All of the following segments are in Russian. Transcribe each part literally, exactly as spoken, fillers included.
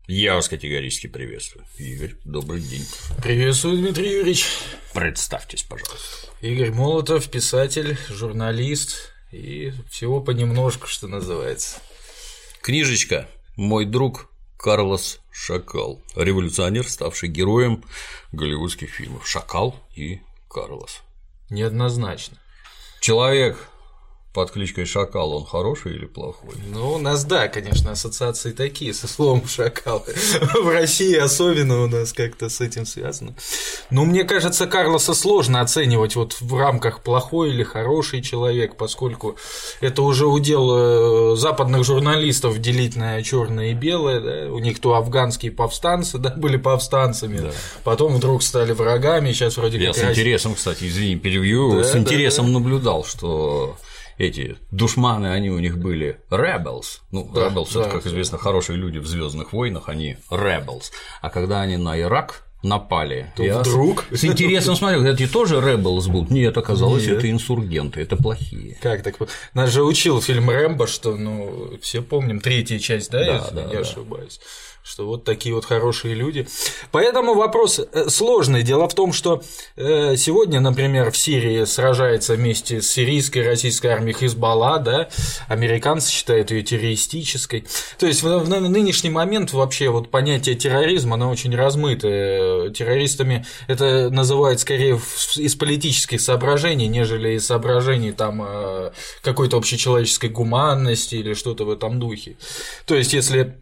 Я вас категорически приветствую. Игорь, добрый день. Приветствую, Дмитрий Юрьевич. Представьтесь, пожалуйста. Игорь Молотов, писатель, журналист и всего понемножку, что называется. Книжечка «Мой друг Карлос Шакал», революционер, ставший героем голливудских фильмов «Шакал» и «Карлос». Неоднозначно. Человек под кличкой Шакал, он хороший или плохой? Ну, у нас, да, конечно, ассоциации такие со словом «шакал». В России особенно у нас как-то с этим связано. Но мне кажется, Карлоса сложно оценивать вот в рамках плохой или хороший человек, поскольку это уже удел западных журналистов делить на черное и белое. Да? У них то афганские повстанцы, да, были повстанцами, да. Потом вдруг стали врагами, сейчас вроде Я как… Я с интересом, кстати, извини, перебью, да, с интересом да, да. наблюдал, что… Эти душманы, они у них были rebels. Ну, да, rebels да, это, как да. известно, хорошие люди в Звездных войнах, они rebels. А когда они на Ирак напали, то я вдруг с интересом смотрел, эти тоже rebels будут. Нет, оказалось, Нет. это инсургенты, это плохие. Как так? Нас же учил фильм Рэмбо, что, ну, все помним, третья часть, да, да если да, не да. ошибаюсь. Что вот такие вот хорошие люди. Поэтому вопрос сложный. Дело в том, что сегодня, например, в Сирии сражается вместе с сирийской и российской армией Хизбалла, да, американцы считают ее террористической. То есть в нынешний момент вообще вот понятие терроризма, оно очень размытое. Террористами это называют скорее из политических соображений, нежели из соображений там какой-то общечеловеческой гуманности или что-то в этом духе. То есть если…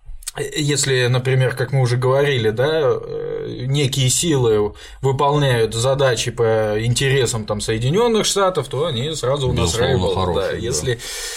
Если, например, как мы уже говорили, да, некие силы выполняют задачи по интересам там Соединенных Штатов, то они сразу у нас rebels, да. Если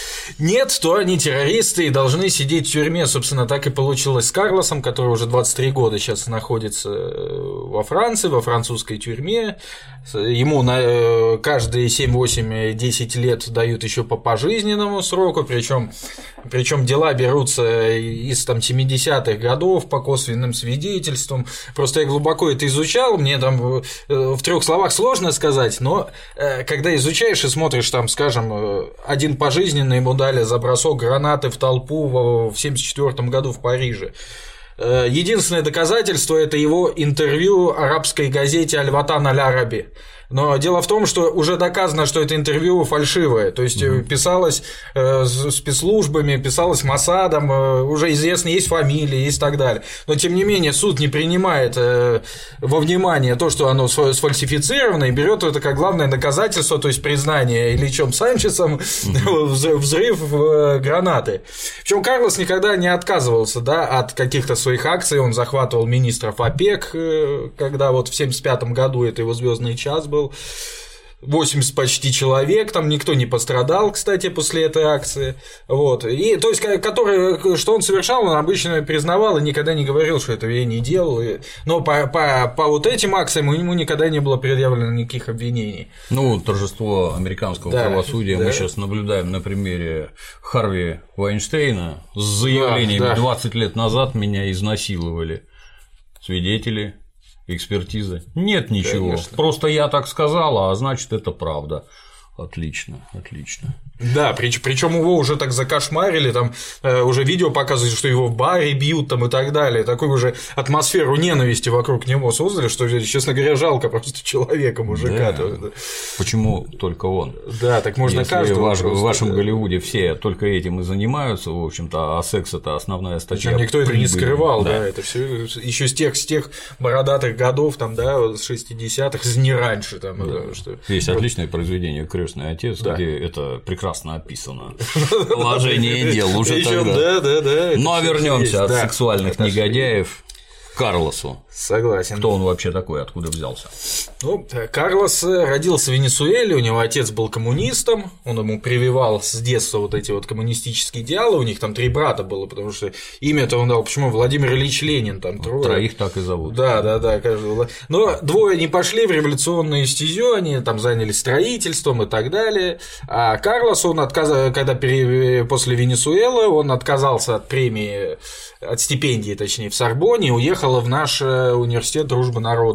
нет, то они террористы и должны сидеть в тюрьме. Собственно, так и получилось с Карлосом, который уже двадцать три года сейчас находится во Франции, во французской тюрьме. Ему на каждые семь, восемь, десять лет дают еще по пожизненному сроку, причем причем дела берутся из там семидесятых годов по косвенным свидетельствам. Просто я глубоко это изучал, мне там в трех словах сложно сказать, но когда изучаешь и смотришь там, скажем, один пожизненный ему дали за бросок гранаты в толпу в семьдесят четвёртом году в Париже. Единственное доказательство – это его интервью арабской газете «Аль-Ватан Аль-Араби». Но дело в том, что уже доказано, что это интервью фальшивое, то есть mm-hmm. писалось э, спецслужбами, писалось Моссадом, э, уже известно, есть фамилии, есть так далее. Но тем не менее суд не принимает э, во внимание то, что оно сфальсифицировано, и берет это как главное доказательство, то есть признание Ильичом Санчесом mm-hmm. взрыв э, гранаты. Причем Карлос никогда не отказывался, да, от каких-то своих акций, он захватывал министров ОПЕК, э, когда вот в семьдесят пятом году это его звездный час был. восемьдесят почти человек, там никто не пострадал, кстати, после этой акции, вот, и, то есть, который, что он совершал, он обычно признавал и никогда не говорил, что этого я не делал, и, но по, по, по вот этим акциям ему никогда не было предъявлено никаких обвинений. Ну, торжество американского да, правосудия да. мы сейчас наблюдаем на примере Харви Вайнштейна с заявлением да, да. двадцать лет назад меня изнасиловали, свидетели, экспертизы. Нет ничего. Конечно. Просто я так сказала, а значит, это правда. Отлично, отлично. Да, причем его уже так закошмарили, там э, уже видео показывают, что его в баре бьют там и так далее. Такую уже атмосферу ненависти вокруг него создали, что, честно говоря, жалко просто человека, мужика. Да. Да. Почему только он? Да, так можно Если каждого. Ваш, просто, в вашем да. Голливуде все только этим и занимаются, в общем-то, а секс это основная статья. Причем никто это прибыли. не скрывал, да, да это все еще с тех, с тех бородатых годов, там, да, с шестидесятых, не раньше. Там, да. Да, что... Есть вот. Отличное произведение «Крестный отец», да. где это прекрасно описано. Положение дел уже тогда. Да, да, да. Но вернемся от сексуальных негодяев к Карлосу. Согласен. Кто он вообще такой, откуда взялся? Ну, Карлос родился в Венесуэле, у него отец был коммунистом, он ему прививал с детства вот эти вот коммунистические идеалы, у них там три брата было, потому что имя-то он дал, почему Владимир Ильич Ленин, там трое. Троих так и зовут. Да, да, да, каждого. Но двое не пошли в революционную стезю, они там занялись строительством и так далее, а Карлос, он отказался, когда пере... после Венесуэлы, он отказался от премии, от стипендии, точнее, в Сорбонне, и уехал в наш университет дружбы народов.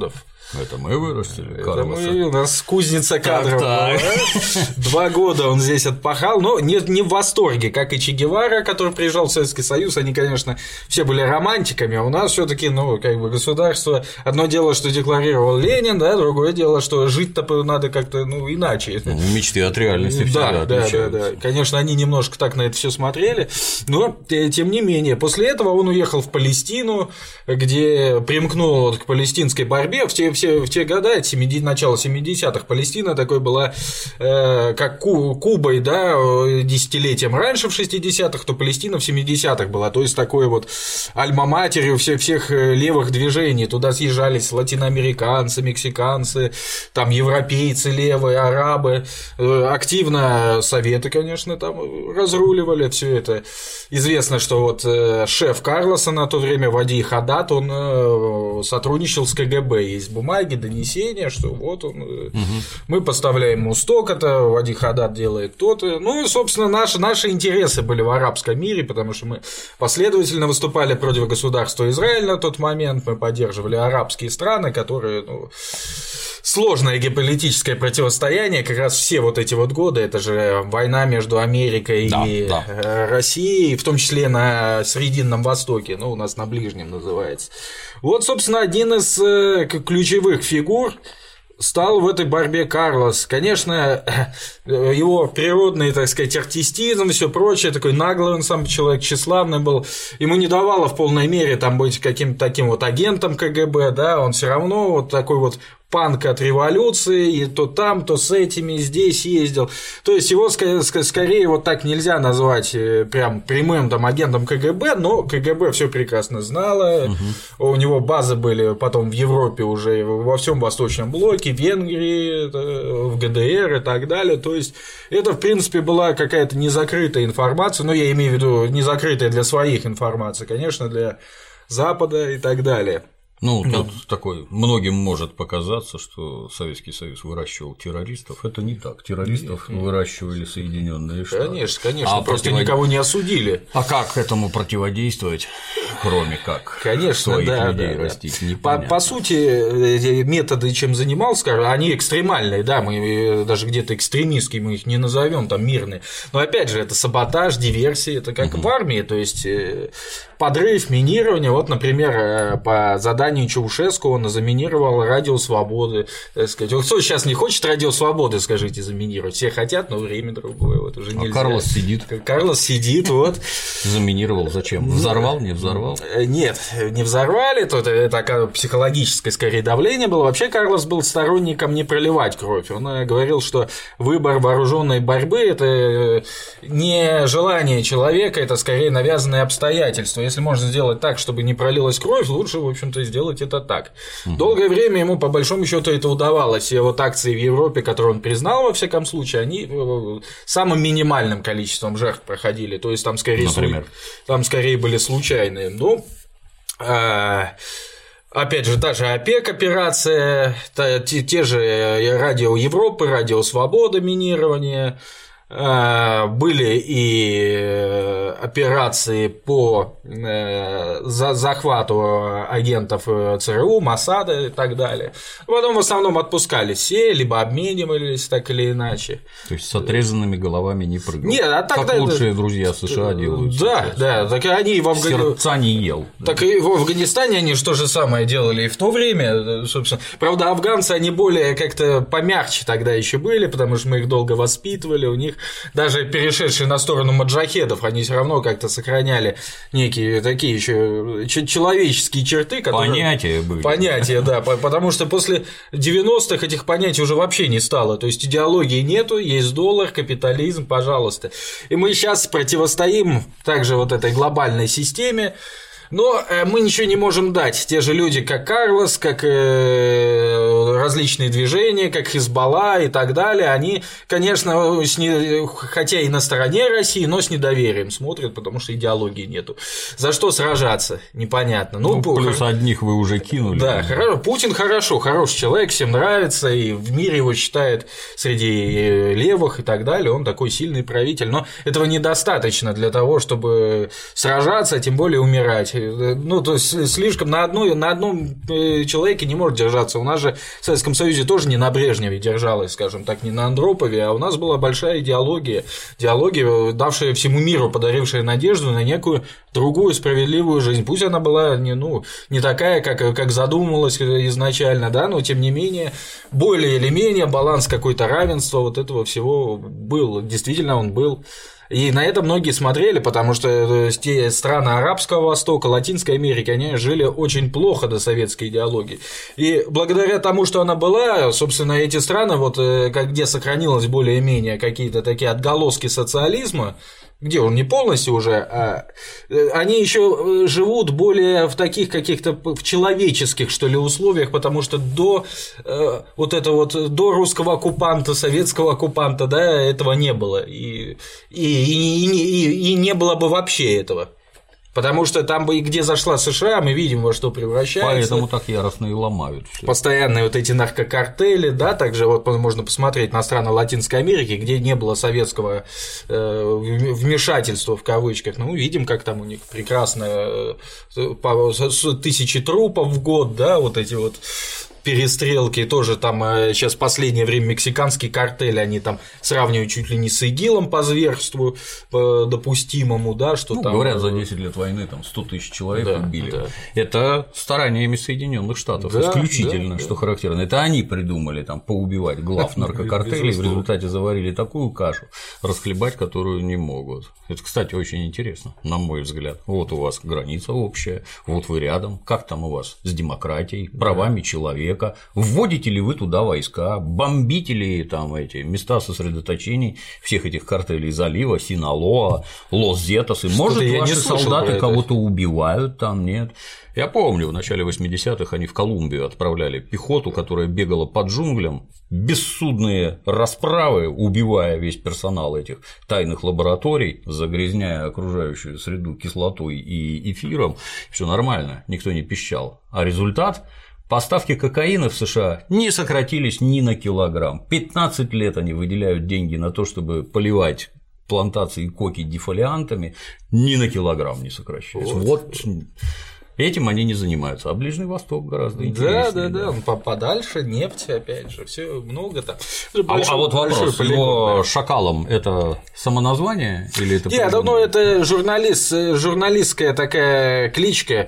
Это мы вырастили Это мы, у нас кузница кадров была. Два года он здесь отпахал, но не, не в восторге, как и Че Гевара, который приезжал в Советский Союз. Они, конечно, все были романтиками, а у нас все-таки, ну, как бы государство. Одно дело, что декларировал Ленин, да, другое дело, что жить-то надо как-то, ну, иначе. Ну, мечты от реальности всегда да, да, да, да. Конечно, они немножко так на это все смотрели, но тем не менее. После этого он уехал в Палестину, где примкнул вот к палестинской борьбе. В те, все, в те года, начало семидесятых, Палестина такой была, э, как Ку, Кубой, да, десятилетием раньше, в шестидесятых, то Палестина в семидесятых была, то есть такой вот альма-матерью всех, всех левых движений. Туда съезжались латиноамериканцы, мексиканцы, там европейцы левые, арабы, активно советы, конечно, там разруливали все это. Известно, что вот шеф Карлоса на то время, Вади Хадад, он сотрудничал с ка гэ бэ. Есть бумаги, донесения, что вот он, угу. мы поставляем ему столько-то, Вади Хадад делает то-то. Ну и, собственно, наши, наши интересы были в арабском мире, потому что мы последовательно выступали против государства Израиль на тот момент, мы поддерживали арабские страны, которые, ну, сложное геополитическое противостояние, как раз все вот эти вот годы, это же война между Америкой да, и да. Россией, в том числе на Срединном Востоке, ну, у нас на Ближнем называется. Вот, собственно, один из ключевых фигур стал в этой борьбе Карлос. Конечно, его природный, так сказать, артистизм и все прочее, такой наглый он сам человек, тщеславный был, ему не давало в полной мере там быть каким-то таким вот агентом ка гэ бэ, да, он все равно вот такой вот панк от революции, и то там, то с этими, здесь ездил. То есть его скорее вот так нельзя назвать прям прямым там агентом ка гэ бэ, но ка гэ бэ все прекрасно знало, угу. у него базы были потом в Европе уже, во всем Восточном блоке, в Венгрии, в гэ дэ эр и так далее. То есть это, в принципе, была какая-то незакрытая информация, но я имею в виду незакрытая для своих информаций, конечно, для Запада и так далее. Ну, тут ну. такой, многим может показаться, что Советский Союз выращивал террористов. Это не так. Террористов нет, выращивали Соединенные Штаты. Конечно, конечно, а просто противод... никого не осудили. А как этому противодействовать, кроме как конечно, своих да, людей да, растить? Да. По, по сути, методы, чем занимался, они экстремальные, да, мы даже где-то экстремистские, мы их не назовем, там мирные. Но опять же, это саботаж, диверсия, это как угу. в армии, то есть подрыв, минирование. Вот, например, по заданию Чаушеску он заминировал Радио Свободы. Так сказать. Кто сейчас не хочет Радио Свободы, скажите, заминировать? Все хотят, но время другое. Вот уже нельзя. А Карлос сидит. Карлос сидит, вот. Заминировал зачем? Взорвал, не взорвал? Нет, не взорвали, то это такое психологическое скорее давление было. Вообще Карлос был сторонником не проливать кровь. Он говорил, что выбор вооруженной борьбы – это не желание человека, это скорее навязанные обстоятельства. Если можно сделать так, чтобы не пролилась кровь, лучше, в общем-то, сделать это так. Угу. Долгое время ему, по большому счету, это удавалось. И вот акции в Европе, которые он признал, во всяком случае, они самым минимальным количеством жертв проходили. То есть там скорее, Например? там скорее были случайные. Ну, опять же, та же ОПЕК операция, те, те же Радио Европы, Радио Свобода, минирование. Были и операции по захвату агентов цэ эр у, Моссада и так далее. Потом в основном отпускали все, либо обменивались так или иначе. То есть с отрезанными головами не прыгал. Нет, а так, как да, лучшие друзья США делают. Да, сейчас. да, так они в Афганистане. Сердца не ел. Так и в Афганистане они что же самое делали и в то время, собственно. Правда, афганцы, они более как-то помягче тогда еще были, потому что мы их долго воспитывали, у них даже перешедшие на сторону маджахедов, они все равно как-то сохраняли некие такие еще человеческие черты, которые… Понятия были. Понятия, да, потому что после девяностых этих понятий уже вообще не стало, то есть идеологии нету, есть доллар, капитализм, пожалуйста. И мы сейчас противостоим также вот этой глобальной системе. Но мы ничего не можем дать. Те же люди, как Карлос, как различные движения, как Хизбалла и так далее, они, конечно, с не... хотя и на стороне России, но с недоверием смотрят, потому что идеологии нету. За что сражаться? Непонятно. Ну, ну плюс хор... одних вы уже кинули. Да, хорошо. Путин хорошо, хороший человек, всем нравится, и в мире его считают среди левых и так далее, он такой сильный правитель. Но этого недостаточно для того, чтобы сражаться, а тем более умирать. Ну, то есть слишком на, одной, на одном человеке не может держаться. У нас же в Советском Союзе тоже не на Брежневе держалось, скажем так, не на Андропове, а у нас была большая идеология, идеология, давшая всему миру, подарившая надежду на некую другую справедливую жизнь. Пусть она была не, ну, не такая, как, как задумывалась изначально, да, но тем не менее, более или менее баланс какой-то равенства вот этого всего был. Действительно, он был. И на это многие смотрели, потому что те страны Арабского Востока, Латинской Америки, они жили очень плохо до советской идеологии. И благодаря тому, что она была, собственно, эти страны, вот, где сохранилось более-менее какие-то такие отголоски социализма, где он не полностью уже, а они еще живут более в таких каких-то в человеческих, что ли, условиях, потому что до э, вот это вот до русского оккупанта, советского оккупанта, да, этого не было, и, и, и, и, и не было бы вообще этого. Потому что там бы, где зашла США, мы видим, во что превращается. Поэтому так яростно и ломают всё. Постоянные вот эти наркокартели, да, также вот можно посмотреть на страны Латинской Америки, где не было советского вмешательства в кавычках. Ну, видим, как там у них прекрасно тысячи трупов в год, да, вот эти вот перестрелки, тоже там сейчас в последнее время мексиканские картели, они там сравнивают чуть ли не с ИГИЛом по зверству по допустимому, да, что ну, там… говорят, за десять лет войны там сто тысяч человек да, убили. Да. Это стараниями Соединенных Штатов, да, исключительно, да, что да. характерно. Это они придумали там поубивать глав наркокартелей, в результате заварили такую кашу, расхлебать которую не могут. Это, кстати, очень интересно, на мой взгляд. Вот у вас граница общая, вот вы рядом, как там у вас с демократией, правами да. человека. Вводите ли вы туда войска, бомбите ли там эти места сосредоточений всех этих картелей залива, Синалоа, Лос-Зетос, и может ваши солдаты кого-то убивают там, нет? Я помню, в начале восьмидесятых они в Колумбию отправляли пехоту, которая бегала по джунглям, бессудные расправы, убивая весь персонал этих тайных лабораторий, загрязняя окружающую среду кислотой и эфиром, все нормально, никто не пищал. А результат? Поставки кокаина в США не сократились ни на килограмм. пятнадцать лет они выделяют деньги на то, чтобы поливать плантации коки дефолиантами, ни на килограмм не сокращаются. Вот. вот этим они не занимаются, а Ближний Восток гораздо интереснее. Да, да, да, подальше, нефть, опять же, все много там. А, а вот вопрос, его шакалом – это самоназвание или это… Нет, ну это журналист, журналистская такая кличка.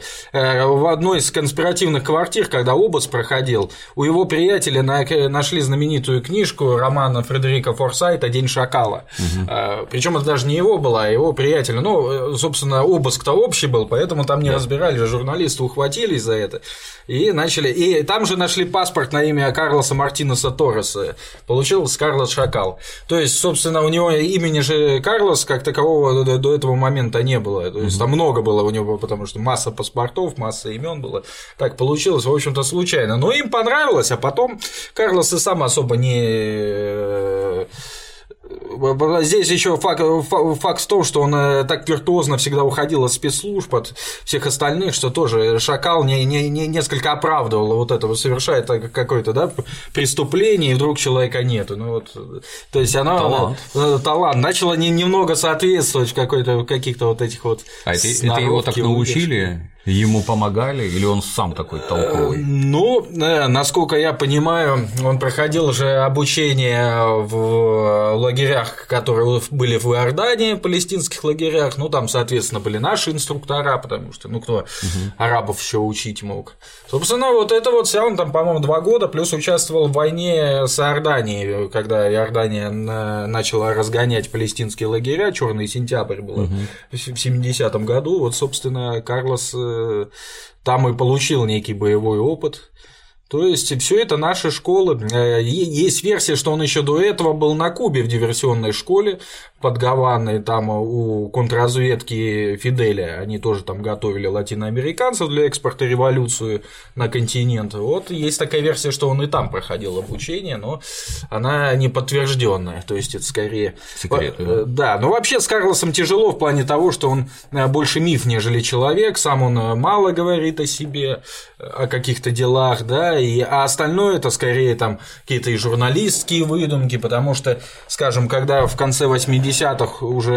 В одной из конспиративных квартир, когда обыск проходил, у его приятеля нашли знаменитую книжку романа Фредерика Форсайта «День шакала». Угу. Причем это даже не его была, а его приятеля. Ну, собственно, обыск-то общий был, поэтому там не да. разбирали же. Журналисты ухватились за это и начали. И там же нашли паспорт на имя Карлоса Мартинеса Торреса. Получился Карлос Шакал. То есть, собственно, у него имени же Карлос как такового до, до этого момента не было. То есть, там много было у него, потому что масса паспортов, масса имен было. Так получилось, в общем-то, случайно. Но им понравилось, а потом Карлос и сам особо не. Здесь еще факт, факт в том, что он так виртуозно всегда уходил от спецслужб, от всех остальных, что тоже Шакал не, не, не несколько оправдывал вот это, совершает какое-то да, преступление, и вдруг человека нету. Ну, вот, то есть она талант, она, талант начала не, немного соответствовать в, какой-то, в каких-то вот этих вот. А это, это его так научили? Ему помогали, или он сам такой толковый? Ну, насколько я понимаю, он проходил же обучение в лагерях, которые были в Иордании, палестинских лагерях. Ну, там, соответственно, были наши инструктора, потому что, ну, кто угу. арабов еще учить мог. Собственно, вот это вот вся, он там, по-моему, два года, плюс участвовал в войне с Иорданией, когда Иордания начала разгонять палестинские лагеря, Черный сентябрь был угу. в семидесятом году. Вот, собственно, Карлос там и получил некий боевой опыт. То есть все это наши школы. Есть версия, что он еще до этого был на Кубе в диверсионной школе под Гаваной, там у контрразведки Фиделя, они тоже там готовили латиноамериканцев для экспорта революции на континент. Вот есть такая версия, что он и там проходил обучение, но она не подтвержденная, то есть это скорее секрет. Да? Да, но вообще с Карлосом тяжело в плане того, что он больше миф, нежели человек, сам он мало говорит о себе, о каких-то делах, да, и, а остальное это скорее там какие-то и журналистские выдумки, потому что, скажем, когда в конце восьмидесятых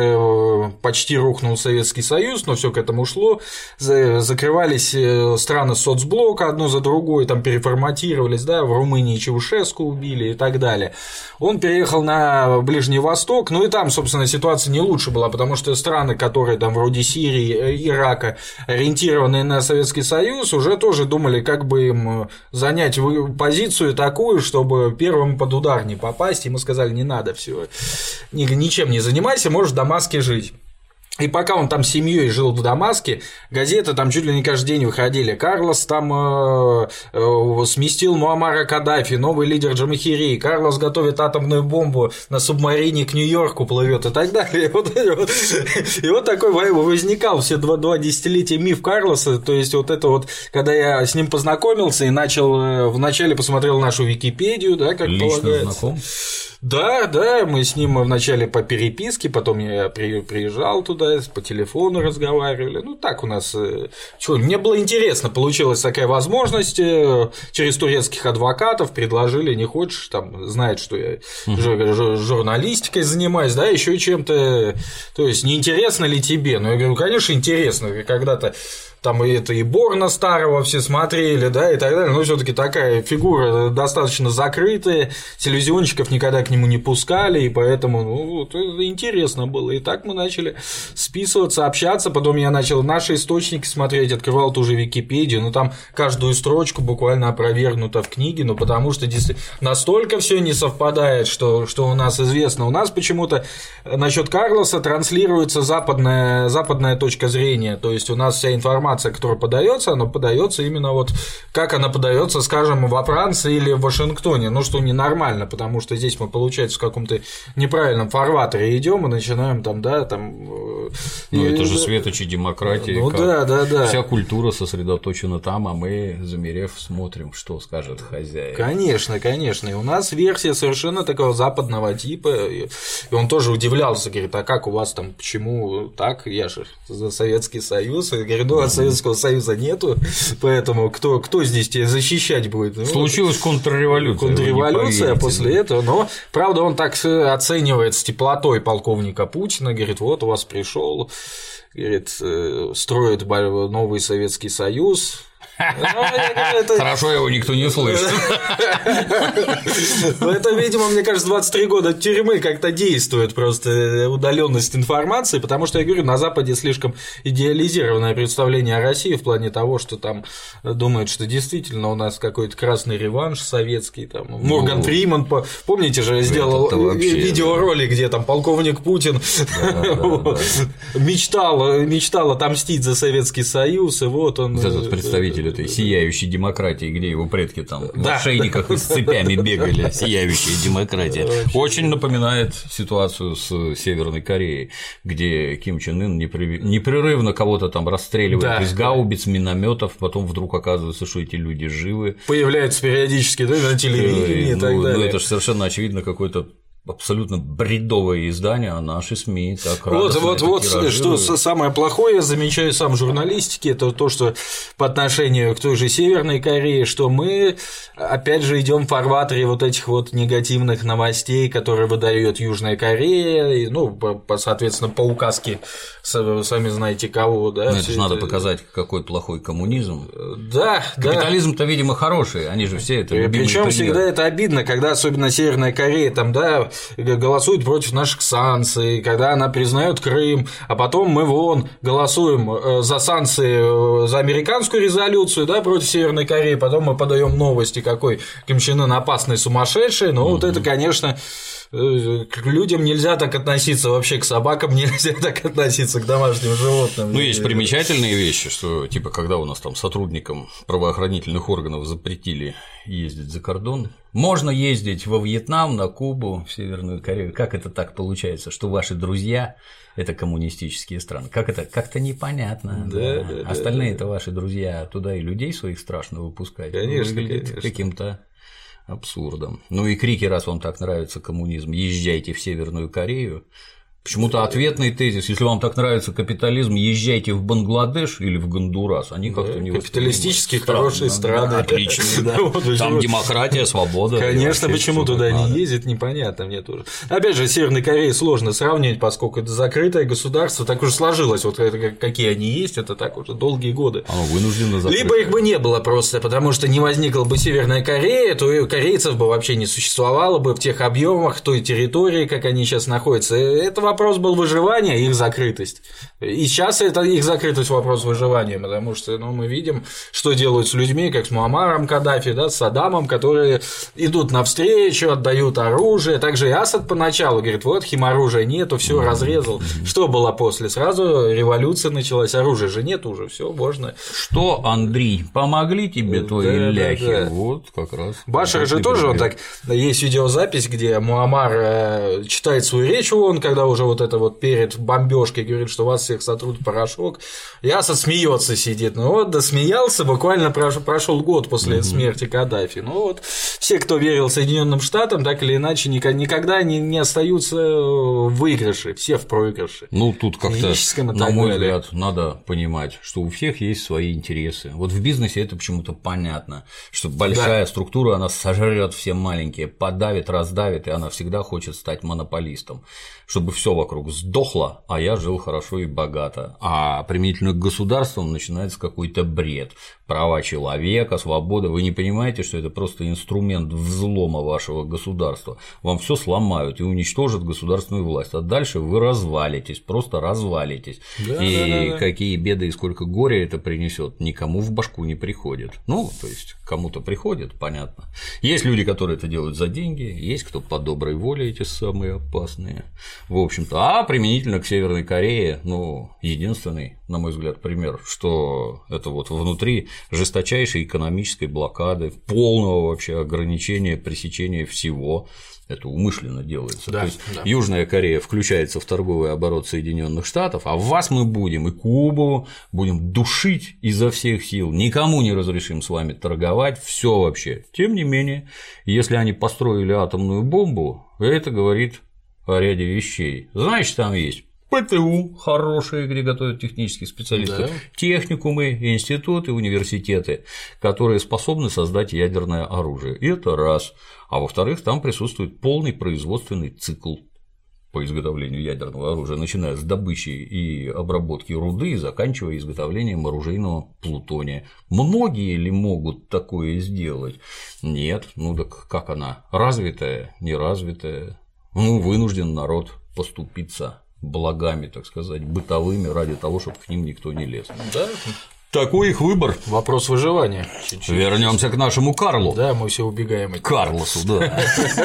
уже почти рухнул Советский Союз, но все к этому шло, закрывались страны соцблока одну за другой, там переформатировались, да, в Румынии Чаушеску убили и так далее. Он переехал на Ближний Восток, ну и там, собственно, ситуация не лучше была, потому что страны, которые там вроде Сирии, Ирака, ориентированные на Советский Союз, уже тоже думали, как бы им занять позицию такую, чтобы первым под удар не попасть. Ему сказали, не надо, все, ничем не занимайся, можешь в Дамаске жить. И пока он там с семьей жил в Дамаске, газеты там чуть ли не каждый день выходили. Карлос там э, э, сместил Муаммара Каддафи, новый лидер Джамахирии. Карлос готовит атомную бомбу на субмарине к Нью-Йорку плывет и так далее. И вот, и вот, и вот такой возникал все два, два десятилетия миф Карлоса. То есть вот это вот, когда я с ним познакомился и начал вначале посмотрел нашу Википедию, да, как лично полагается. Знаком? Да, да, мы с ним вначале по переписке, потом я приезжал туда, по телефону разговаривали. Ну, так у нас. Чего, мне было интересно, получилась такая возможность. Через турецких адвокатов предложили, не хочешь, там, знает, что я uh-huh. журналистикой занимаюсь, да, еще и чем-то. То есть, не интересно ли тебе? Ну, я говорю, конечно, интересно, когда-то. Там и это и Борна старого все смотрели, да, и так далее, но все-таки такая фигура достаточно закрытая, телевизионщиков никогда к нему не пускали, и поэтому, ну, вот, это интересно было. И так мы начали списываться, общаться, потом я начал наши источники смотреть, открывал ту же Википедию, ну, там каждую строчку буквально опровергнуто в книге, ну, потому что настолько все не совпадает, что, что у нас известно. У нас почему-то насчет Карлоса транслируется западная, западная точка зрения, то есть у нас вся информация, которая подается, она подается именно вот как она подается, скажем, во Франции или в Вашингтоне, ну что ненормально, потому что здесь мы, получается, в каком-то неправильном фарватере идем и начинаем там, да, там. Ну и... это же светочи демократии. Ну да, да, да. Вся культура сосредоточена там, а мы, замерев, смотрим, что скажет хозяин. Конечно, конечно. И у нас версия совершенно такого западного типа, и он тоже удивлялся, говорит, а как у вас там, почему так? Я же за Советский Союз, и говорит, ну, Советского Союза нету, поэтому кто, кто здесь тебя защищать будет? Ну, случилась контрреволюция. Контрреволюция после этого, но, правда, он так оценивает с теплотой полковника Путина, говорит, вот у вас пришел, говорит, строит новый Советский Союз. Это... Хорошо, его никто не слышит. Но это, видимо, мне кажется, двадцать три года тюрьмы как-то действует, просто удаленность информации, потому что, я говорю, на Западе слишком идеализированное представление о России в плане того, что там думают, что действительно у нас какой-то красный реванш советский, там Морган ну, Фриман, помните же, сделал видеоролик, где там полковник Путин да, да, да, да. мечтал, мечтал отомстить за Советский Союз, и вот он. Этот представитель этой сияющей демократии, где его предки там да. в ошейниках и с цепями бегали, сияющая демократия. Очень напоминает ситуацию с Северной Кореей, где Ким Чен Ын непрерывно кого-то там расстреливает да. из гаубиц, минометов, потом вдруг оказывается, что эти люди живы. Появляются периодически да, на телевидении и, и ну, так далее. Ну, это же совершенно очевидно какой-то абсолютно бредовое издание, а наши СМИ так вот, вот, вот, что самое плохое, я замечаю сам в журналистике, это то, что по отношению к той же Северной Корее, что мы, опять же, идем в фарватере вот этих вот негативных новостей, которые выдает Южная Корея, и, ну, по, соответственно, по указке, сами знаете кого, да. Но это же надо показать, какой плохой коммунизм. Да, капитализм-то, да. видимо, хороший, они же все это. Причем всегда это обидно, когда особенно Северная Корея там, да, голосует против наших санкций, когда она признает Крым, а потом мы вон голосуем за санкции, за американскую резолюцию, да, против Северной Кореи, потом мы подаем новости, какой Ким Чен Ын опасный, сумасшедший, но mm-hmm. вот это, конечно, к людям нельзя так относиться, вообще к собакам нельзя так относиться, к домашним животным. Ну, есть примечательные вещи, что, типа, когда у нас там сотрудникам правоохранительных органов запретили ездить за кордон, можно ездить во Вьетнам, на Кубу, в Северную Корею. Как это так получается, что ваши друзья – это коммунистические страны? Как это? Как-то непонятно. Да, да. Да, Остальные-то да. ваши друзья туда и людей своих страшно выпускать. Конечно, выглядит конечно. каким-то абсурдом. Ну и крики, раз вам так нравится коммунизм, езжайте в Северную Корею. Почему-то ответный тезис: если вам так нравится капитализм, езжайте в Бангладеш или в Гондурас. Они да, как-то не капиталистические хорошие страны. Да, отличные, да. Там демократия, свобода. Конечно, почему туда не ездит, непонятно мне тоже. Опять же, Северной Кореей сложно сравнивать, поскольку это закрытое государство, так уже сложилось, вот это, какие они есть, это так уже долгие годы. Оно вынуждено закрыть. Либо их бы не было просто, потому что не возникла бы Северная Корея, то и корейцев бы вообще не существовало бы в тех объемах, той территории, как они сейчас находятся. Это вопрос был выживания, их закрытость. И сейчас это их закрытость вопрос выживания, потому что ну, мы видим, что делают с людьми, как с Муаммаром Каддафи, да, с Саддамом, которые идут навстречу, отдают оружие. Также и Асад поначалу говорит: вот химоружия нету, все разрезал. Что было после? Сразу революция началась, оружия же нет уже, все можно. Что, Андрей, помогли тебе твои да, ляхи? Да, да. Вот как раз. Башар же тоже вот так, есть видеозапись, где Муаммар читает свою речь, он когда уже вот это вот перед бомбежкой говорит, что вас всех сотрут в порошок, и Асад смеется сидит. Ну вот, да смеялся, буквально прошел год после mm-hmm. смерти Каддафи. Ну вот, все, кто верил Соединенным Штатам, так или иначе никогда не, не остаются в выигрыше, все в проигрыше. Ну тут как-то, на мой взгляд, надо понимать, что у всех есть свои интересы. Вот в бизнесе это почему-то понятно, что большая да. структура, она сожрет все маленькие, подавит, раздавит, и она всегда хочет стать монополистом, чтобы все вокруг сдохло, а я жил хорошо и богато. А применительно к государствам начинается какой-то бред. Права человека, свобода. Вы не понимаете, что это просто инструмент взлома вашего государства. Вам все сломают и уничтожат государственную власть. А дальше вы развалитесь, просто развалитесь. Да, и да, да, какие беды и сколько горя это принесет, никому в башку не приходит. Ну, то есть кому-то приходит, понятно. Есть люди, которые это делают за деньги, есть кто по доброй воле, эти самые опасные. В общем-то, а применительно к Северной Корее, ну, единственный, на мой взгляд, пример, что это вот внутри жесточайшей экономической блокады, полного вообще ограничения, пресечения всего. Это умышленно делается. Да, То есть да. Южная Корея включается в торговый оборот Соединенных Штатов, а вас мы будем и Кубу будем душить изо всех сил, никому не разрешим с вами торговать, все вообще. Тем не менее, если они построили атомную бомбу, это говорит о ряде вещей. Значит, там есть ПТУ хорошие, где готовят технических специалистов, да. техникумы, институты, университеты, которые способны создать ядерное оружие. И это раз. А во-вторых, там присутствует полный производственный цикл по изготовлению ядерного оружия, начиная с добычи и обработки руды и заканчивая изготовлением оружейного плутония. Многие ли могут такое сделать? Нет. Ну так как она? Развитая, неразвитая? Ну, вынужден народ поступиться благами, так сказать, бытовыми ради того, чтобы к ним никто не лез. Да. Такой их выбор. Вопрос выживания. Вернемся к нашему Карлу. Да, мы все убегаем от Карлосу, да.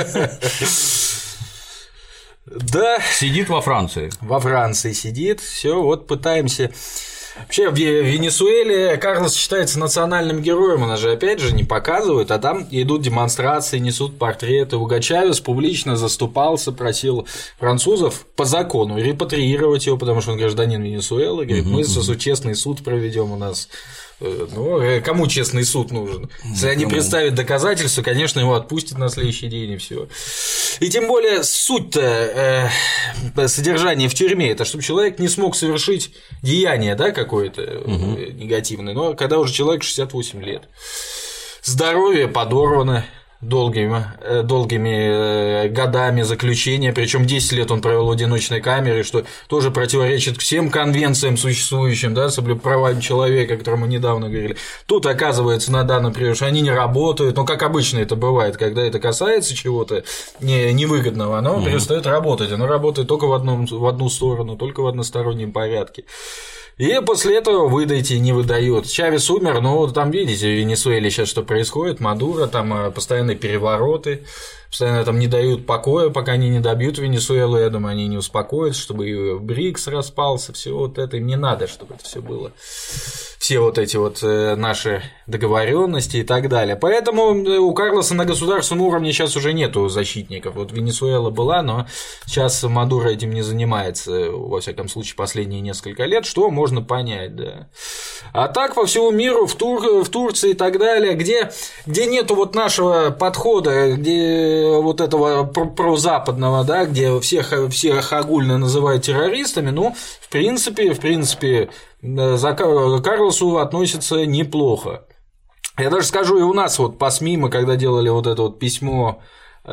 Да. Сидит во Франции. Во Франции сидит. Все, вот пытаемся. Вообще в Венесуэле Карлос считается национальным героем, она же опять же не показывают, а там идут демонстрации, несут портреты. Уго Чавес публично заступался, просил французов по закону репатриировать его, потому что он гражданин Венесуэлы, говорит, мы uh-huh. честный суд проведем у нас. Ну, кому честный суд нужен? Если они представят доказательства, конечно, его отпустят на следующий день и все. И тем более суть-то э, содержания в тюрьме это чтобы человек не смог совершить деяние, да, какое-то угу. негативное. Но когда уже человек шестьдесят восемь лет, здоровье подорвано долгими, долгими годами заключения, причем десять лет он провел в одиночной камере, что тоже противоречит всем конвенциям существующим, да, с правами человека, о котором мы недавно говорили. Тут, оказывается, на данном примере, что они не работают, но как обычно это бывает, когда это касается чего-то невыгодного, оно mm-hmm. перестает работать, оно работает только в, одном, в одну сторону, только в одностороннем порядке. И после этого выдайте не выдают. Чавес умер, но там видите, в Венесуэле сейчас что происходит, Мадуро, там постоянные перевороты, постоянно там не дают покоя, пока они не добьют Венесуэлу, я думаю, они не успокоятся, чтобы и БРИКС распался, все вот это, им не надо, чтобы это все было. Все вот эти вот наши договоренности и так далее. Поэтому у Карлоса на государственном уровне сейчас уже нету защитников. Вот Венесуэла была, но сейчас Мадуро этим не занимается, во всяком случае, последние несколько лет, что можно понять, да. А так по всему миру, в, Тур... в Турции и так далее, где, где нету вот нашего подхода, где вот этого прозападного, да, где всех, всех огульно называют террористами, ну, в принципе, в принципе, за Карлосу относятся неплохо. Я даже скажу, и у нас вот по СМИ мы когда делали вот это вот письмо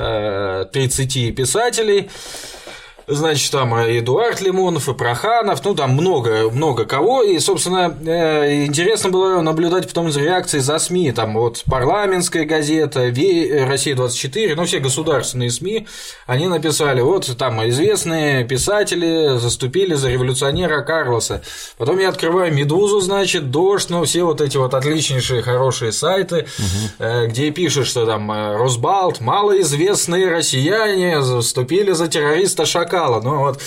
тридцати писателей, значит, там и Эдуард Лимонов, и Проханов, ну, там много, много кого, и, собственно, интересно было наблюдать потом за реакцией за СМИ, там вот парламентская газета, Россия двадцать четыре, ну, все государственные СМИ, они написали, вот там известные писатели заступили за революционера Карлоса, потом я открываю Медузу, значит, Дождь, ну, все вот эти вот отличнейшие, хорошие сайты, угу. где пишут, что там Росбалт, малоизвестные россияне заступили за террориста Шака. Ну вот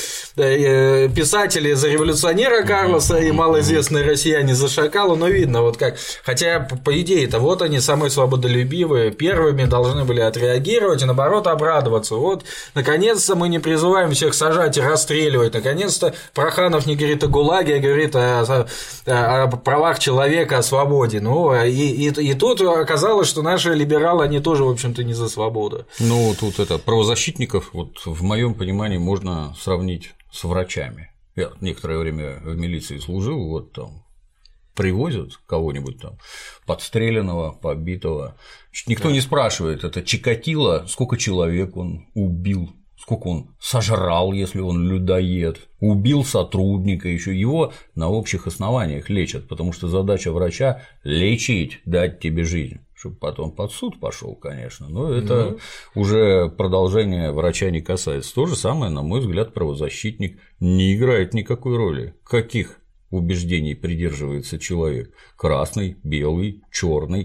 писатели за революционера Карлоса и малоизвестные россияне за Шакала, но видно, вот как. Хотя, по идее-то, вот они самые свободолюбивые, первыми должны были отреагировать и, наоборот, обрадоваться. Вот, наконец-то мы не призываем всех сажать и расстреливать. Наконец-то Проханов не говорит о ГУЛАГе, а говорит о, о, о правах человека, о свободе. Ну, и, и, и тут оказалось, что наши либералы, они тоже, в общем-то, не за свободу. Ну, тут это правозащитников, вот в моем понимании, можно можно сравнить с врачами. Я некоторое время в милиции служил, вот там привозят кого-нибудь там подстреленного, побитого. Никто да. не спрашивает, это Чикатило, сколько человек он убил, сколько он сожрал, если он людоед, убил сотрудника, еще его на общих основаниях лечат, потому что задача врача – лечить, дать тебе жизнь. Чтобы потом под суд пошел, конечно, но это mm-hmm. уже продолжение врача не касается. То же самое, на мой взгляд, правозащитник не играет никакой роли. Каких убеждений придерживается человек? Красный, белый, черный.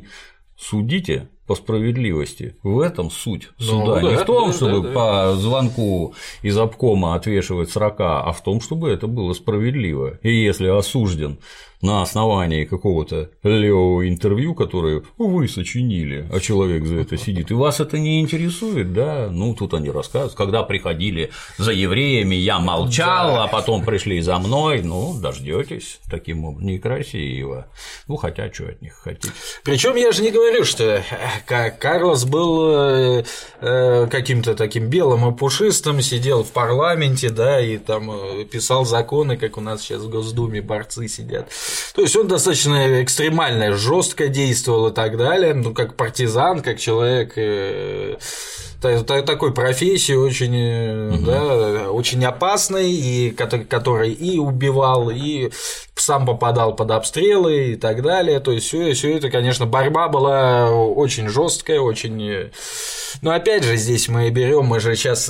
Судите по справедливости. В этом суть суда. Ну, не да, в том, да, чтобы да, да. по звонку из обкома отвешивать срока, а в том, чтобы это было справедливо. И если осужден на основании какого-то левого интервью, которое вы сочинили, а человек за это сидит, и вас это не интересует, да, ну тут они рассказывают, когда приходили за евреями, я молчал, да. а потом пришли за мной, ну, дождётесь, таким образом, некрасиво, ну, хотя, что от них хотите. Причем я же не говорю, что Карлос был каким-то таким белым и пушистым, сидел в парламенте, да, и там писал законы, как у нас сейчас в Госдуме борцы сидят. То есть он достаточно экстремально, жестко действовал и так далее, ну, как партизан, как человек э, такой профессии очень, угу. да, очень опасной, и который и убивал, и сам попадал под обстрелы и так далее. То есть все, все это, конечно, борьба была очень жесткая, очень. Но опять же, здесь мы берем, мы же сейчас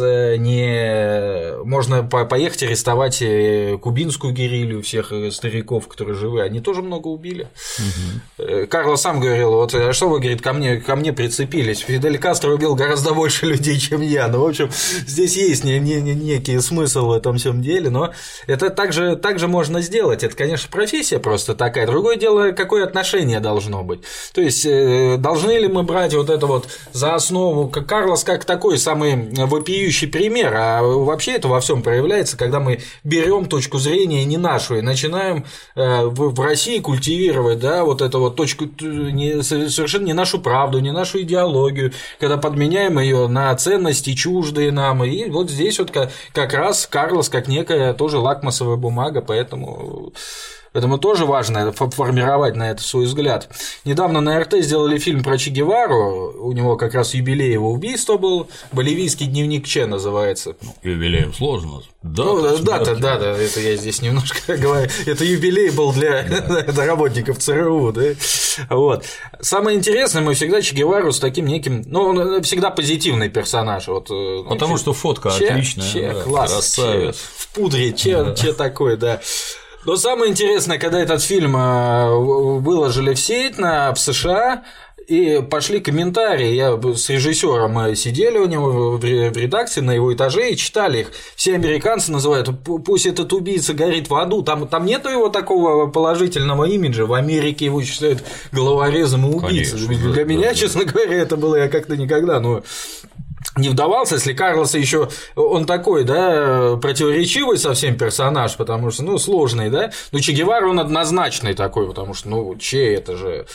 не можно поехать арестовать кубинскую герилью, всех стариков, которые живы, они тоже много убили. Угу. Карлос сам говорил, вот а что вы, говорит, ко мне, ко мне прицепились? Фидель Кастро убил гораздо больше людей, чем я. Ну, в общем, здесь есть не, не, не, некий смысл в этом всем деле, но это также, также можно сделать. Это, конечно, профессия просто такая. Другое дело, какое отношение должно быть. То есть, должны ли мы брать вот это вот за основу, как Карлос как такой самый вопиющий пример, а вообще это во всем проявляется, когда мы берем точку зрения не нашу и начинаем в России культивировать, да, вот эту вот точку, не, совершенно не нашу правду, не нашу идеологию, когда подменяем ее на ценности чуждые нам, и вот здесь вот как раз Карлос как некая тоже лакмусовая бумага, поэтому Поэтому тоже важно формировать на это свой взгляд. Недавно на эр тэ сделали фильм про Че Гевару, у него как раз юбилей его убийства был, «Боливийский дневник Че» называется. Юбилеем сложно. Да, ну, да, да, да, да, это я здесь немножко говорю. Это юбилей был для да. работников цэ эр у, да. Вот. Самое интересное, мы всегда Че Гевару с таким неким. Ну, он всегда позитивный персонаж. Вот, потому ну, что фотка че, отличная. Че, да, класс. Че, в пудре, Че, да. Че такой, да. Но самое интересное, когда этот фильм выложили в сеть на, в США, и пошли комментарии, я с режиссером сидели у него в редакции на его этаже и читали их. Все американцы называют, пусть этот убийца горит в аду, там, там нету его такого положительного имиджа, в Америке его считают головорезом и убийцей. Конечно, Для да, меня, да, честно да. говоря, это было я как-то никогда, но не вдавался, если Карлоса еще он такой, да, противоречивый совсем персонаж, потому что, ну, сложный, да, но Че Гевара он однозначный такой, потому что, ну, Че это же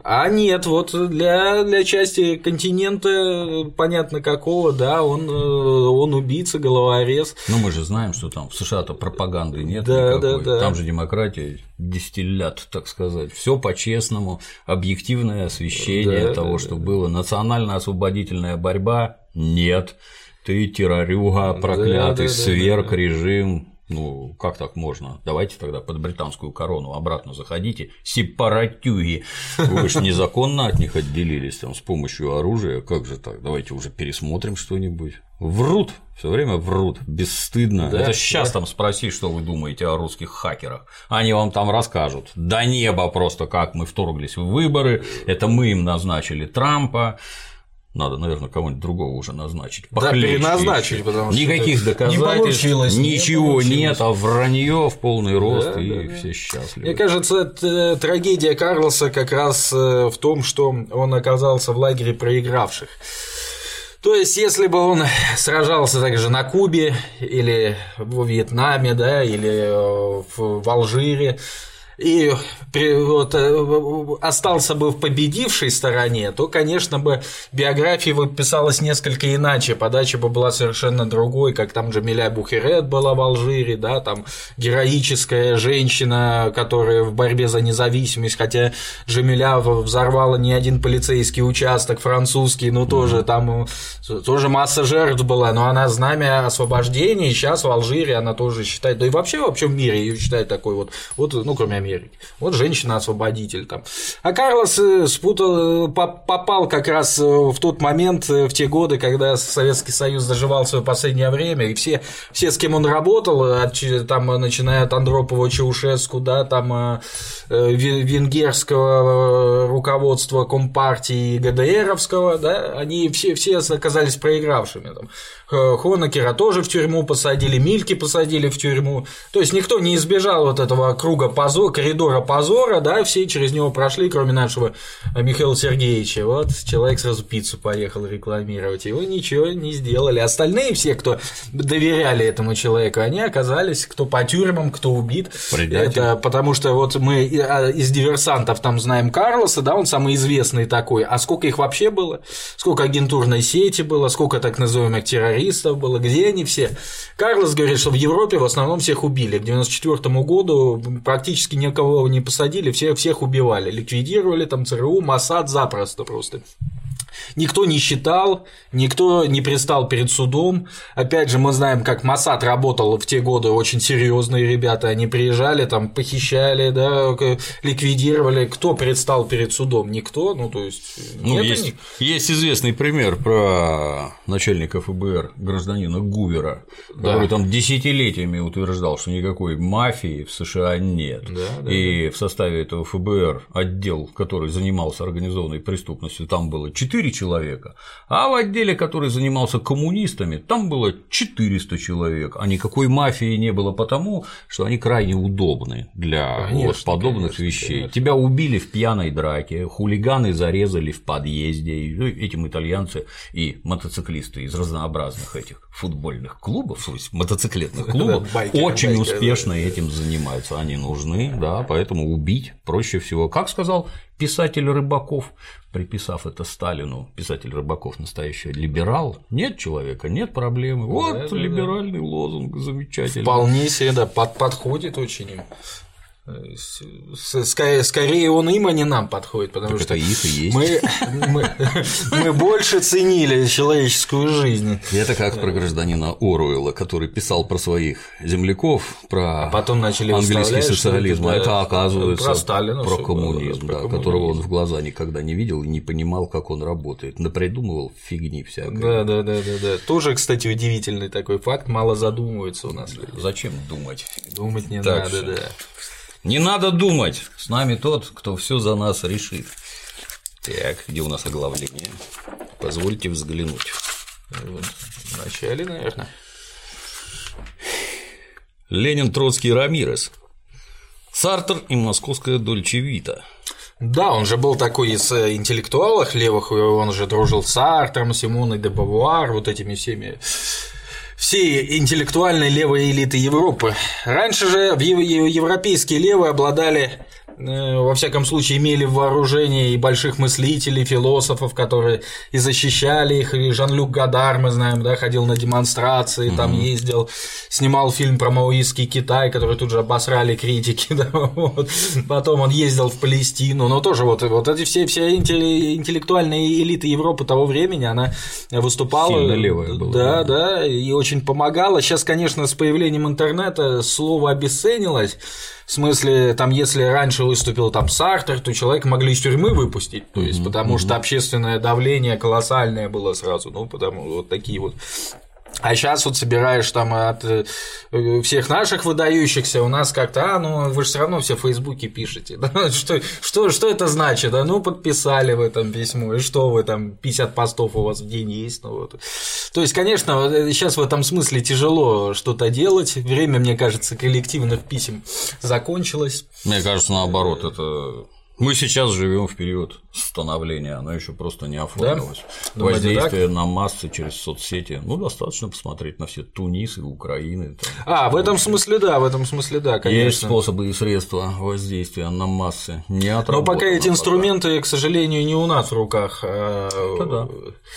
А нет, вот для, для части континента, понятно какого, да, он, он убийца, головорез. Ну, мы же знаем, что там в США-то пропаганды нет да, никакой, да, да. Там же демократия дистиллят, так сказать, все по-честному, объективное освещение да, того, да, что да. было, национально-освободительная борьба – нет, ты террорюга, проклятый, да, да, сверг, да, да. режим. Ну, как так можно? Давайте тогда под британскую корону обратно заходите. Сепаратюги. Вы же незаконно от них отделились там, с помощью оружия. Как же так? Давайте уже пересмотрим что-нибудь. Врут, все время врут, бесстыдно. Да, это сейчас да. там спроси, что вы думаете о русских хакерах. Они вам там расскажут. До неба просто как мы вторглись в выборы. Это мы им назначили Трампа. Надо, наверное, кого-нибудь другого уже назначить. Да, переназначить, потому что никаких доказательств, не ничего не нет, а вранье в полный рост, да, и да, все да. счастливы. Мне кажется, трагедия Карлоса как раз в том, что он оказался в лагере проигравших. То есть, если бы он сражался также на Кубе, или во Вьетнаме, да, или в Алжире, и вот, остался бы в победившей стороне, то, конечно, бы биография выписалась несколько иначе, подача бы была совершенно другой, как там Джамиля Бухерет была в Алжире, да, там героическая женщина, которая в борьбе за независимость, хотя Джамиля взорвала не один полицейский участок французский, но тоже там тоже масса жертв была, но она знамя освобождения, и сейчас в Алжире она тоже считает, да и вообще во всем мире ее считают такой вот, вот, ну, кроме Америки. Вот женщина-освободитель там. А Карлос спутал, попал как раз в тот момент, в те годы, когда Советский Союз доживал свое последнее время, и все, все с кем он работал, там, начиная от Андропова, Чаушеску, да, там, венгерского руководства Компартии, ГДРовского, да, они все, все оказались проигравшими. Там. Хонекера тоже в тюрьму посадили, Мильки посадили в тюрьму. То есть никто не избежал вот этого круга позора, коридора позора, да, все через него прошли, кроме нашего Михаила Сергеевича. Вот человек сразу пиццу поехал рекламировать, его ничего не сделали. Остальные все, кто доверяли этому человеку, они оказались кто по тюрьмам, кто убит. Предатель. Это потому что вот мы из диверсантов там знаем Карлоса, да, он самый известный такой. А сколько их вообще было? Сколько агентурной сети было? Сколько так называемых террористов было? Где они все? Карлос говорит, что в Европе в основном всех убили. К девяносто четвёртому году практически никого не посадили, всех, всех убивали, ликвидировали там ЦРУ, Моссад запросто просто. Никто не считал, никто не предстал перед судом. Опять же, мы знаем, как Моссад работал в те годы, очень серьезные ребята, они приезжали, там, похищали, да, ликвидировали. Кто предстал перед судом? Никто, ну, то есть… Ну, есть, них... есть известный пример про начальника ФБР, гражданина Гувера, да. который там десятилетиями утверждал, что никакой мафии в США нет. Да, да, и да. в составе этого ФБР отдел, который занимался организованной преступностью, там было четыре человека, а в отделе, который занимался коммунистами, там было четыреста человек, а никакой мафии не было потому, что они крайне удобны для конечно, вот подобных конечно, вещей. Конечно. Тебя убили в пьяной драке, хулиганы зарезали в подъезде, и этим итальянцы и мотоциклисты из разнообразных этих футбольных клубов, то есть мотоциклетных клубов, очень успешно этим занимаются, они нужны, да, поэтому убить проще всего. Как сказал писатель Рыбаков, приписав это Сталину, писатель Рыбаков настоящий либерал, нет человека, нет проблемы. Вот да, либеральный да. лозунг замечательный. Вполне себе, да, под, подходит очень им. Скорее, скорее он им, а не нам подходит, потому так что это их и есть. Мы, мы, мы больше ценили человеческую жизнь. Это как про гражданина Оруэлла, который писал про своих земляков, про а потом начали английский социализм, а это оказывается про, Сталина, про коммунизм, да, коммунизм, которого он в глаза никогда не видел и не понимал, как он работает, напридумывал фигни всякой. Да, да, да, да, да. Тоже, кстати, удивительный такой факт, мало задумывается у нас. Зачем думать? Думать не так надо, что... да. Не надо думать, с нами тот, кто все за нас решит. Так, где у нас оглавление? Позвольте взглянуть. Вот, в начале, наверное. Ленин, Троцкий, Рамирес. Сартр и московская Дольче Вита. Да, он же был такой из интеллектуалов левых, он же дружил с Сартром, Симоной де Бавуар, вот этими всеми. Все интеллектуальные левые элиты Европы. Раньше же европейские левые обладали во всяком случае, имели в вооружении и больших мыслителей, философов, которые и защищали их, и Жан-Люк Годар, мы знаем, да, ходил на демонстрации, mm-hmm. там ездил, снимал фильм про маоистский Китай, который тут же обосрали критики, да, вот. Потом он ездил в Палестину, но тоже вот, вот эти все, все интеллектуальные элиты Европы того времени, она выступала. Сильно левая была. Да, да, и очень помогала. Сейчас, конечно, с появлением интернета слово обесценилось. В смысле, там, если раньше выступил там Сартер, то человека могли из тюрьмы выпустить, то есть, mm-hmm. потому что общественное давление колоссальное было сразу, ну, потому вот такие вот. А сейчас вот собираешь там от всех наших выдающихся, у нас как-то, а, ну вы же все равно все в Фейсбуке пишете, да? что, что, что это значит, да? Ну подписали вы там письмо, и что вы там, пятьдесят постов у вас в день есть, ну вот. То есть, конечно, сейчас в этом смысле тяжело что-то делать, время, мне кажется, коллективных писем закончилось. Мне кажется, наоборот, это… Мы сейчас живем в период становления, оно еще просто не оформилось. Да? Воздействие на массы через соцсети. Ну, достаточно посмотреть на все Тунисы, Украины. Там, а, в этом смысле, да, в этом смысле, да, конечно. Есть способы и средства воздействия на массы. Не отработано. Но пока эти инструменты, к сожалению, не у нас в руках. Это да.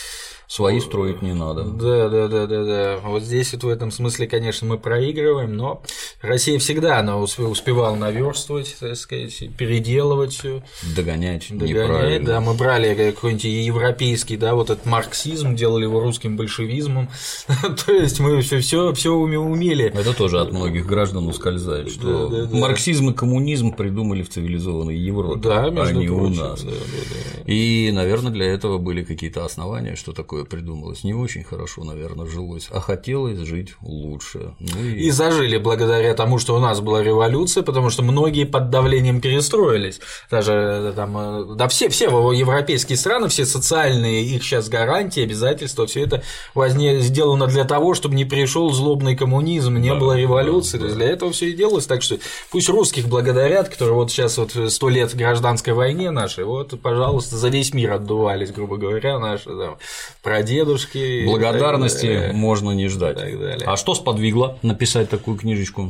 Свои строить не надо. Да, да, да, да, да. Вот здесь вот в этом смысле, конечно, мы проигрываем, но Россия всегда она успевала наверстывать, так сказать, переделывать все. Догонять, Догонять, да. Мы брали какой-нибудь европейский, да, вот этот марксизм, делали его русским большевизмом. То есть мы все, все, все умели. Это тоже от многих граждан ускользает, что да, да, да. марксизм и коммунизм придумали в цивилизованной Европе, да, а не у прочим, нас. Да, да, да. И, наверное, для этого были какие-то основания, что такое придумалось. Не очень хорошо, наверное, жилось, а хотелось жить лучше. Ну и... и зажили благодаря тому, что у нас была революция, потому что многие под давлением перестроились. Даже там, да, все, все европейские страны, все социальные, их сейчас гарантии, обязательства, все это возне... сделано для того, чтобы не пришел злобный коммунизм, не да, было революции. Да, да. То есть для этого все и делалось. Так что пусть русских благодарят, которые вот сейчас вот сто лет гражданской войне нашей, вот, пожалуйста, за весь мир отдувались, грубо говоря, наши там, прадедушки. Благодарности можно не ждать. А что сподвигло написать такую книжечку?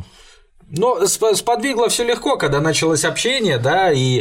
Но сподвигло все легко, когда началось общение, да, и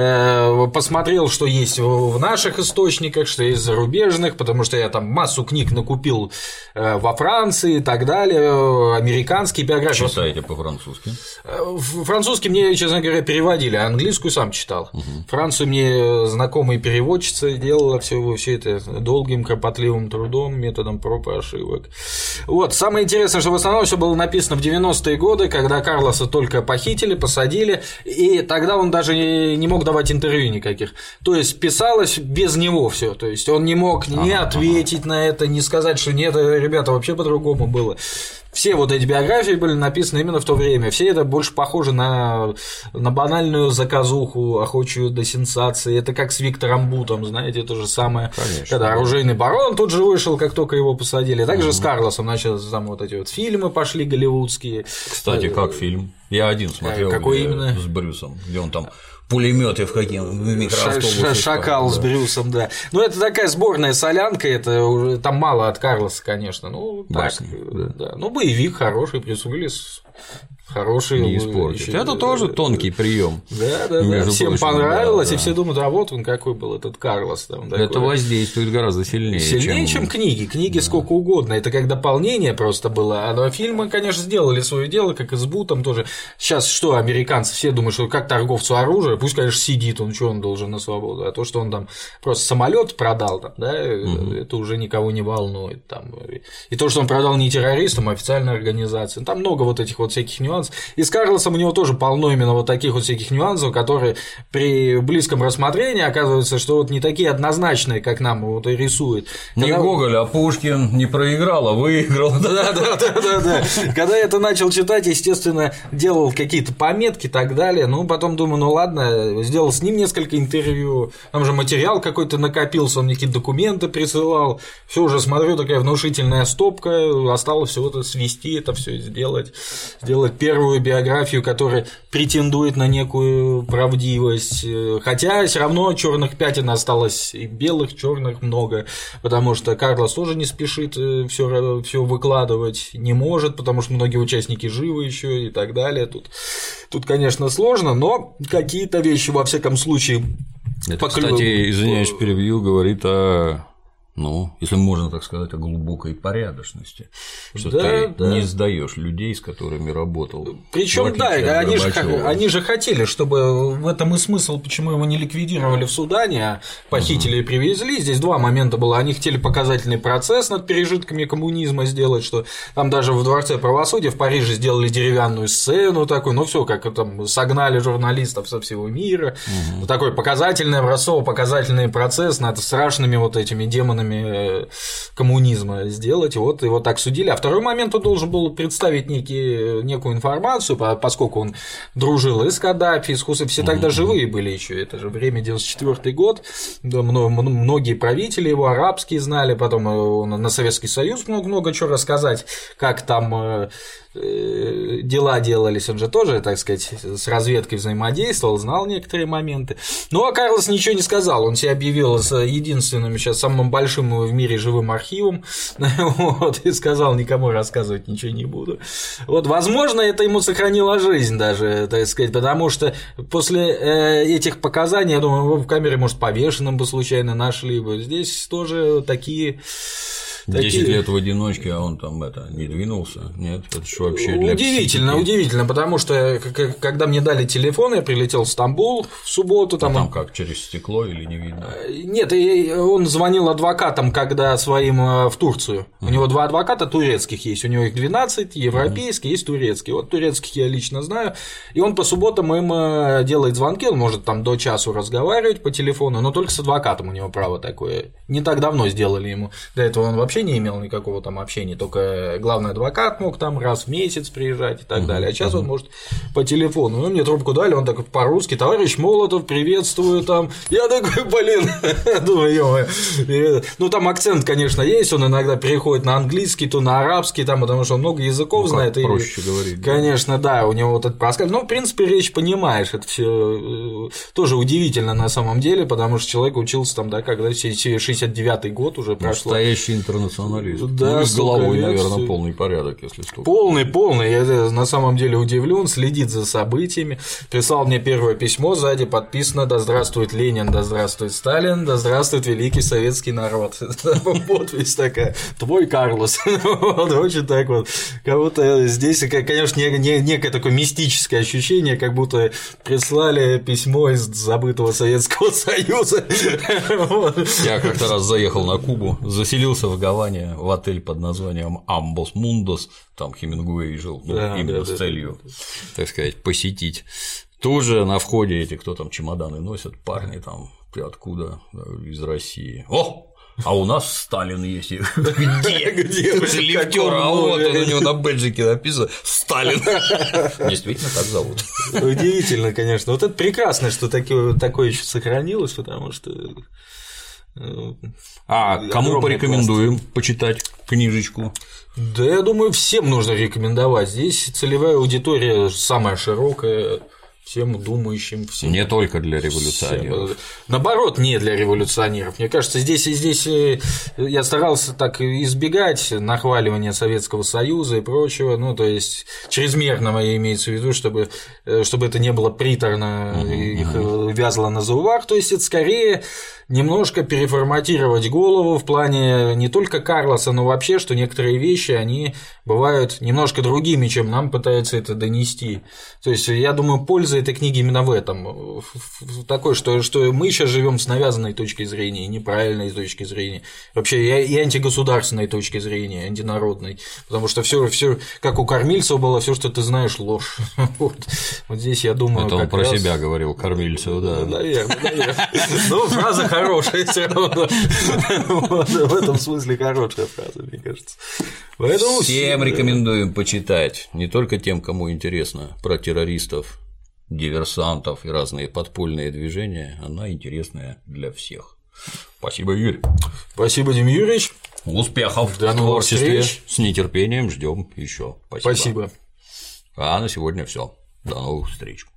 э, посмотрел, что есть в наших источниках, что есть зарубежных, потому что я там массу книг накупил э, во Франции и так далее, американские биографии. Читаете по-французски? Французский мне, честно говоря, переводили, а английскую сам читал. Угу. Францию мне знакомая переводчица делала все, все это долгим, кропотливым трудом, методом проб и ошибок. Вот, самое интересное, что в основном все было написано в девяностые годы, когда Карлоса только похитили, посадили, и тогда он даже не мог давать интервью никаких. То есть писалось без него все. То есть он не мог ни ага, ответить ага. на это, ни сказать, что нет, ребята, вообще по-другому было. Все вот эти биографии были написаны именно в то время. Все это больше похоже на, на банальную заказуху, охочую до сенсации. Это как с Виктором Бутом, знаете, то же самое. Конечно, когда да. оружейный барон тут же вышел, как только его посадили. Также угу. с Карлосом начали там вот эти вот фильмы пошли голливудские. Кстати, как фильм? Я один смотрел. Какой именно? С Брюсом, где он там. Пулеметы в каким в микроавтобусе. Шакал с Брюсом, да. Ну, это такая сборная солянка, это уже там мало от Карлоса, конечно. Ну, Басни, так, да. да. Ну, боевик хороший, Брюс Уиллис. Хороший. Не испортить. Это тоже тонкий прием. Да, да, да. Всем прочим, понравилось, да, да. И все думают, а вот он какой был этот Карлос. Там, это воздействует гораздо сильнее. Сильнее, чем, чем книги. Книги да. сколько угодно. Это как дополнение просто было. А фильмы, конечно, сделали свое дело, как и с Бутом тоже. Сейчас что, американцы все думают, что как торговцу оружия, пусть, конечно, сидит, он что он должен на свободу. А то, что он там просто самолет продал, там, да, угу. это уже никого не волнует. Там. И то, что он продал не террористам, а официальной организации. Там много вот этих вот всяких нюансов. И с Карлосом у него тоже полно именно вот таких вот всяких нюансов, которые при близком рассмотрении оказывается, что вот не такие однозначные, как нам вот и рисует. Не Когда... Гоголь, а Пушкин не проиграл, а выиграл. Да, да, да, да, да. Когда я это начал читать, естественно, делал какие-то пометки и так далее. Ну, потом думаю, ну ладно, сделал с ним несколько интервью. Там же материал какой-то накопился, он мне какие-то документы присылал. Все уже смотрю, такая внушительная стопка. Осталось всего-то свести это все сделать, сделать первую биографию, которая претендует на некую правдивость, хотя все равно черных пятен осталось и белых, черных много, потому что Карлос тоже не спешит все, все выкладывать, не может, потому что многие участники живы еще и так далее. Тут, тут, конечно, сложно, но какие-то вещи, во всяком случае. Это, поклю... кстати, извиняюсь, перебью, говорит о. Ну, если можно так сказать, о глубокой порядочности, что да, ты да. не сдаешь людей, с которыми работал. Причем, да, они же, они же хотели, чтобы в этом и смысл, почему его не ликвидировали в Судане, а похитили угу. и привезли. Здесь два момента было. Они хотели показательный процесс над пережитками коммунизма сделать, что там даже в Дворце правосудия в Париже сделали деревянную сцену такую, ну все, как там согнали журналистов со всего мира. Угу. Такой показательный, образцово-показательный процесс над страшными вот этими демонами коммунизма сделать, вот его так судили. А второй момент, он должен был представить некий, некую информацию, поскольку он дружил и с Каддафи, и с Хусейном, все тогда живые были еще, это же время девяносто четвёртый год, да, многие правители его арабские знали, потом он на Советский Союз много-много чего рассказать, как там дела делались, он же тоже, так сказать, с разведкой взаимодействовал, знал некоторые моменты. Ну, а Карлос ничего не сказал, он себя объявил с единственным, сейчас самым большим в мире живым архивом, вот, и сказал, никому рассказывать ничего не буду. Вот, возможно, это ему сохранило жизнь даже, так сказать, потому что после этих показаний, я думаю, его в камере, может, повешенным бы случайно нашли бы, здесь тоже такие... Десять Такие... лет в одиночке, а он там это не двинулся. Нет, это же вообще для Удивительно, психики. удивительно, потому что когда мне дали телефон, я прилетел в Стамбул в субботу. Там, а там он... как, через стекло или не видно? Нет, он звонил адвокатам, когда своим в Турцию. Uh-huh. У него два адвоката турецких есть, у него их двенадцать, европейские, uh-huh. есть турецкие. Вот турецких я лично знаю. И он по субботам им делает звонки, он может там до часу разговаривать по телефону, но только с адвокатом у него право такое. Не так давно сделали ему. До этого он вообще не имел никакого там общения, только главный адвокат мог там раз в месяц приезжать и так uh-huh. далее, а сейчас uh-huh. он может по телефону, ну, мне трубку дали, он так по-русски, товарищ Молотов, приветствую там, я такой, блин, думаю, ё-моё, ну, там акцент, конечно, есть, он иногда переходит на английский, то на арабский, там, потому что он много языков ну, знает, проще и, говорить, конечно, да. да, у него вот этот проскальзывает, ну, в принципе, речь понимаешь, это все тоже удивительно на самом деле, потому что человек учился там, да, когда шестьдесят девятый год уже прошло. Настоящий интернационалист. Да, ну, с головой, наверное, полный порядок, если что. Полный, полный. Я на самом деле удивлен, следит за событиями. Прислал мне первое письмо, сзади подписано: «Да здравствует Ленин, да здравствует Сталин, да здравствует великий советский народ». Подпись такая. Твой Карлос. Вот, очень так вот. Как будто здесь, конечно, некое такое мистическое ощущение, как будто прислали письмо из забытого Советского Союза. Я как-то раз заехал на Кубу, заселился в Гаване в отель под названием Амбос Мундос, там Хемингуэй жил, ну, да, именно да, с целью, да. так сказать, посетить. Тоже на входе эти, кто там чемоданы носят, парни там, ты откуда, из России. О! А у нас Сталин есть. Где? Где? Лифтер, а вот у него на бэджике написано Сталин. Действительно так зовут. Удивительно, конечно. Вот это прекрасно, что такое еще сохранилось, потому что. А кому порекомендуем пласт. почитать книжечку? Да, я думаю, всем нужно рекомендовать. Здесь целевая аудитория самая широкая. Всем думающим, всем. Не только для революционеров. Всем. Наоборот, не для революционеров. Мне кажется, здесь, здесь я старался так избегать нахваливания Советского Союза и прочего. Ну, то есть, чрезмерного имеется в виду, чтобы, чтобы это не было приторно, их вязло на зубах. То есть, это скорее немножко переформатировать голову в плане не только Карлоса, но вообще, что некоторые вещи, они бывают немножко другими, чем нам пытаются это донести. То есть, я думаю, польза этой книги именно в этом. Такой, что, что мы сейчас живем с навязанной точки зрения, и неправильной точки зрения, вообще и антигосударственной точки зрения, антинародной. Потому что все, все как у Кормильцева было, все, что ты знаешь, ложь. Вот, вот здесь я думаю. Это он про раз... себя говорил, Кормильцев, да. Наверное, наверное. Ну, фраза хорошая все равно. В этом смысле хорошая фраза, мне кажется. Поэтому всем рекомендуем почитать, не только тем, кому интересно, про террористов, диверсантов и разные подпольные движения, она интересная для всех. Спасибо, Юрий. Спасибо, Дим Юрьевич. Успехов в творчестве. С нетерпением ждем еще. Спасибо. Спасибо. А на сегодня все. До новых встреч.